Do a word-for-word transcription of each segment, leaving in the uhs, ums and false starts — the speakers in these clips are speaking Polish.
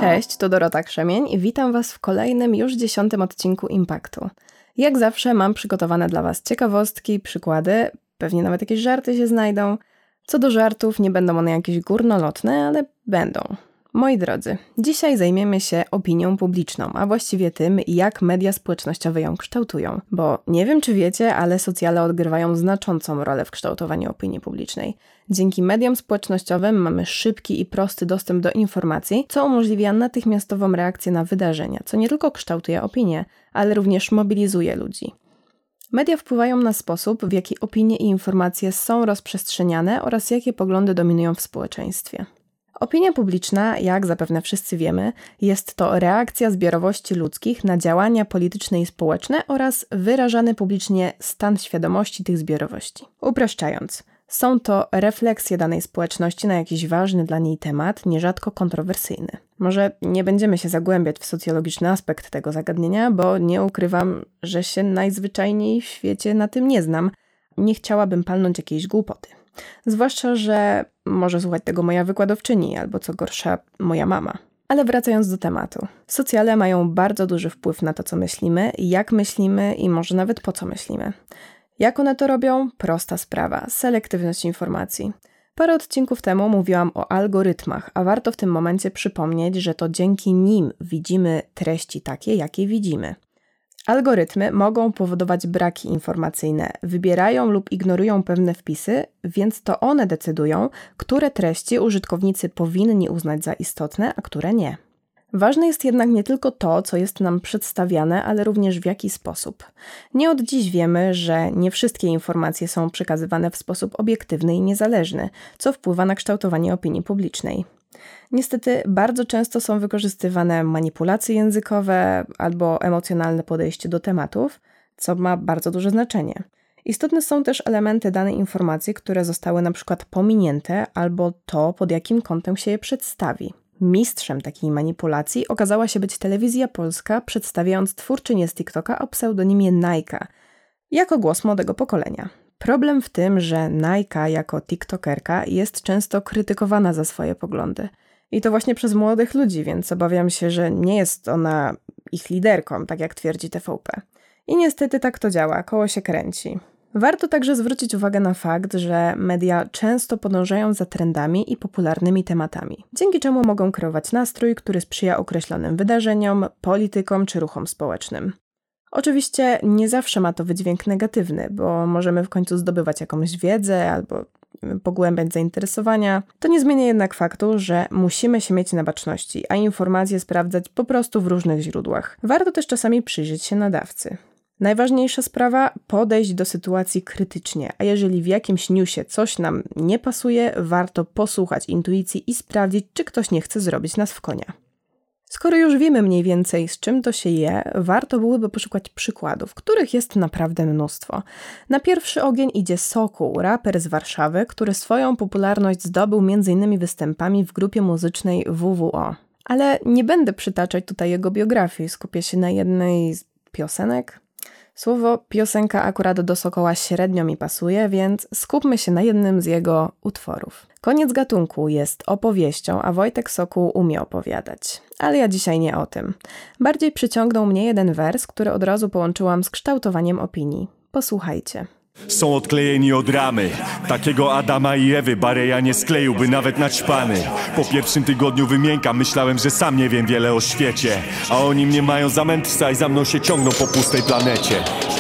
Cześć, to Dorota Krzemień i witam Was w kolejnym, już dziesiątym odcinku Impaktu. Jak zawsze mam przygotowane dla Was ciekawostki, przykłady, pewnie nawet jakieś żarty się znajdą. Co do żartów, nie będą one jakieś górnolotne, ale będą. Moi drodzy, dzisiaj zajmiemy się opinią publiczną, a właściwie tym, jak media społecznościowe ją kształtują. Bo nie wiem, czy wiecie, ale socjale odgrywają znaczącą rolę w kształtowaniu opinii publicznej. Dzięki mediom społecznościowym mamy szybki i prosty dostęp do informacji, co umożliwia natychmiastową reakcję na wydarzenia, co nie tylko kształtuje opinię, ale również mobilizuje ludzi. Media wpływają na sposób, w jaki opinie i informacje są rozprzestrzeniane oraz jakie poglądy dominują w społeczeństwie. Opinia publiczna, jak zapewne wszyscy wiemy, jest to reakcja zbiorowości ludzkich na działania polityczne i społeczne oraz wyrażany publicznie stan świadomości tych zbiorowości. Upraszczając, są to refleksje danej społeczności na jakiś ważny dla niej temat, nierzadko kontrowersyjny. Może nie będziemy się zagłębiać w socjologiczny aspekt tego zagadnienia, bo nie ukrywam, że się najzwyczajniej w świecie na tym nie znam. Nie chciałabym palnąć jakiejś głupoty. Zwłaszcza, że może słuchać tego moja wykładowczyni, albo co gorsza, moja mama. Ale wracając do tematu. Socjale mają bardzo duży wpływ na to, co myślimy, jak myślimy i może nawet po co myślimy. Jak one to robią? Prosta sprawa. Selektywność informacji. Parę odcinków temu mówiłam o algorytmach, a warto w tym momencie przypomnieć, że to dzięki nim widzimy treści takie, jakie widzimy. Algorytmy mogą powodować braki informacyjne, wybierają lub ignorują pewne wpisy, więc to one decydują, które treści użytkownicy powinni uznać za istotne, a które nie. Ważne jest jednak nie tylko to, co jest nam przedstawiane, ale również w jaki sposób. Nie od dziś wiemy, że nie wszystkie informacje są przekazywane w sposób obiektywny i niezależny, co wpływa na kształtowanie opinii publicznej. Niestety bardzo często są wykorzystywane manipulacje językowe albo emocjonalne podejście do tematów, co ma bardzo duże znaczenie. Istotne są też elementy danej informacji, które zostały na przykład pominięte albo to, pod jakim kątem się je przedstawi. Mistrzem takiej manipulacji okazała się być Telewizja Polska, przedstawiając twórczynię z TikToka o pseudonimie Najka, jako głos młodego pokolenia. Problem w tym, że Najka jako tiktokerka jest często krytykowana za swoje poglądy. I to właśnie przez młodych ludzi, więc obawiam się, że nie jest ona ich liderką, tak jak twierdzi T V P. I niestety tak to działa, koło się kręci. Warto także zwrócić uwagę na fakt, że media często podążają za trendami i popularnymi tematami, dzięki czemu mogą kreować nastrój, który sprzyja określonym wydarzeniom, politykom czy ruchom społecznym. Oczywiście nie zawsze ma to wydźwięk negatywny, bo możemy w końcu zdobywać jakąś wiedzę albo pogłębiać zainteresowania. To nie zmienia jednak faktu, że musimy się mieć na baczności, a informacje sprawdzać po prostu w różnych źródłach. Warto też czasami przyjrzeć się nadawcy. Najważniejsza sprawa, podejść do sytuacji krytycznie, a jeżeli w jakimś newsie coś nam nie pasuje, warto posłuchać intuicji i sprawdzić, czy ktoś nie chce zrobić nas w konia. Skoro już wiemy mniej więcej, z czym to się je, warto byłoby poszukać przykładów, których jest naprawdę mnóstwo. Na pierwszy ogień idzie Sokół, raper z Warszawy, który swoją popularność zdobył między innymi występami w grupie muzycznej W W O. Ale nie będę przytaczać tutaj jego biografii, skupię się na jednej z piosenek. Słowo piosenka akurat do Sokoła średnio mi pasuje, więc skupmy się na jednym z jego utworów. Koniec gatunku jest opowieścią, a Wojtek Sokół umie opowiadać. Ale ja dzisiaj nie o tym. Bardziej przyciągnął mnie jeden wers, który od razu połączyłam z kształtowaniem opinii. Posłuchajcie. Są odklejeni od ramy. Takiego Adama i Ewy Bareja nie skleiłby nawet naćpany. Po pierwszym tygodniu wymięka, myślałem, że sam nie wiem wiele o świecie. A oni mnie mają za mędrca i za mną się ciągną po pustej planecie.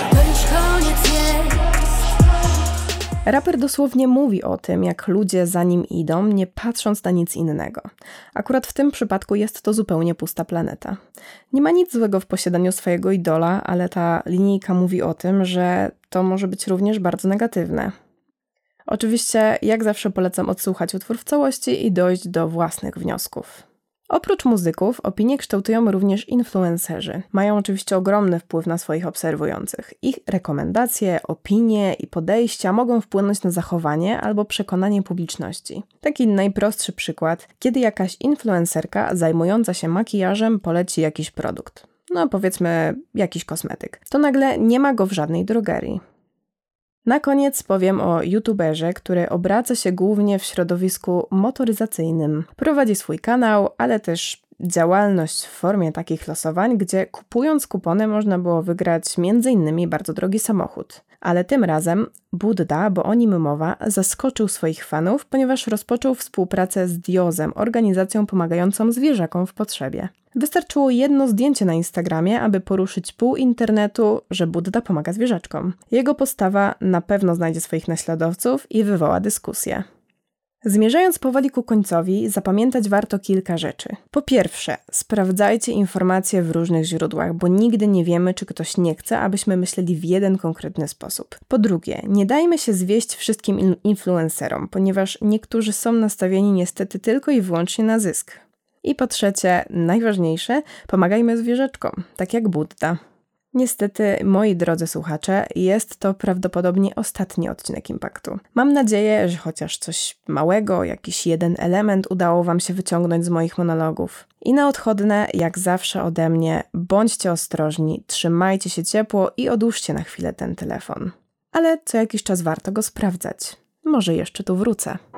Raper dosłownie mówi o tym, jak ludzie za nim idą, nie patrząc na nic innego. Akurat w tym przypadku jest to zupełnie pusta planeta. Nie ma nic złego w posiadaniu swojego idola, ale ta linijka mówi o tym, że to może być również bardzo negatywne. Oczywiście, jak zawsze polecam odsłuchać utwór w całości i dojść do własnych wniosków. Oprócz muzyków, opinie kształtują również influencerzy. Mają oczywiście ogromny wpływ na swoich obserwujących. Ich rekomendacje, opinie i podejścia mogą wpłynąć na zachowanie albo przekonanie publiczności. Taki najprostszy przykład, kiedy jakaś influencerka zajmująca się makijażem poleci jakiś produkt. No powiedzmy jakiś kosmetyk. To nagle nie ma go w żadnej drogerii. Na koniec powiem o youtuberze, który obraca się głównie w środowisku motoryzacyjnym. Prowadzi swój kanał, ale też działalność w formie takich losowań, gdzie kupując kupony można było wygrać między innymi bardzo drogi samochód. Ale tym razem Budda, bo o nim mowa, zaskoczył swoich fanów, ponieważ rozpoczął współpracę z Diozem, organizacją pomagającą zwierzakom w potrzebie. Wystarczyło jedno zdjęcie na Instagramie, aby poruszyć pół internetu, że Budda pomaga zwierzaczkom. Jego postawa na pewno znajdzie swoich naśladowców i wywoła dyskusję. Zmierzając powoli ku końcowi, zapamiętać warto kilka rzeczy. Po pierwsze, sprawdzajcie informacje w różnych źródłach, bo nigdy nie wiemy, czy ktoś nie chce, abyśmy myśleli w jeden konkretny sposób. Po drugie, nie dajmy się zwieść wszystkim in- influencerom, ponieważ niektórzy są nastawieni niestety tylko i wyłącznie na zysk. I po trzecie, najważniejsze, pomagajmy zwierzaczkom, tak jak Budda. Niestety, moi drodzy słuchacze, jest to prawdopodobnie ostatni odcinek Impaktu. Mam nadzieję, że chociaż coś małego, jakiś jeden element udało Wam się wyciągnąć z moich monologów. I na odchodne, jak zawsze ode mnie, bądźcie ostrożni, trzymajcie się ciepło i odłóżcie na chwilę ten telefon. Ale co jakiś czas warto go sprawdzać. Może jeszcze tu wrócę.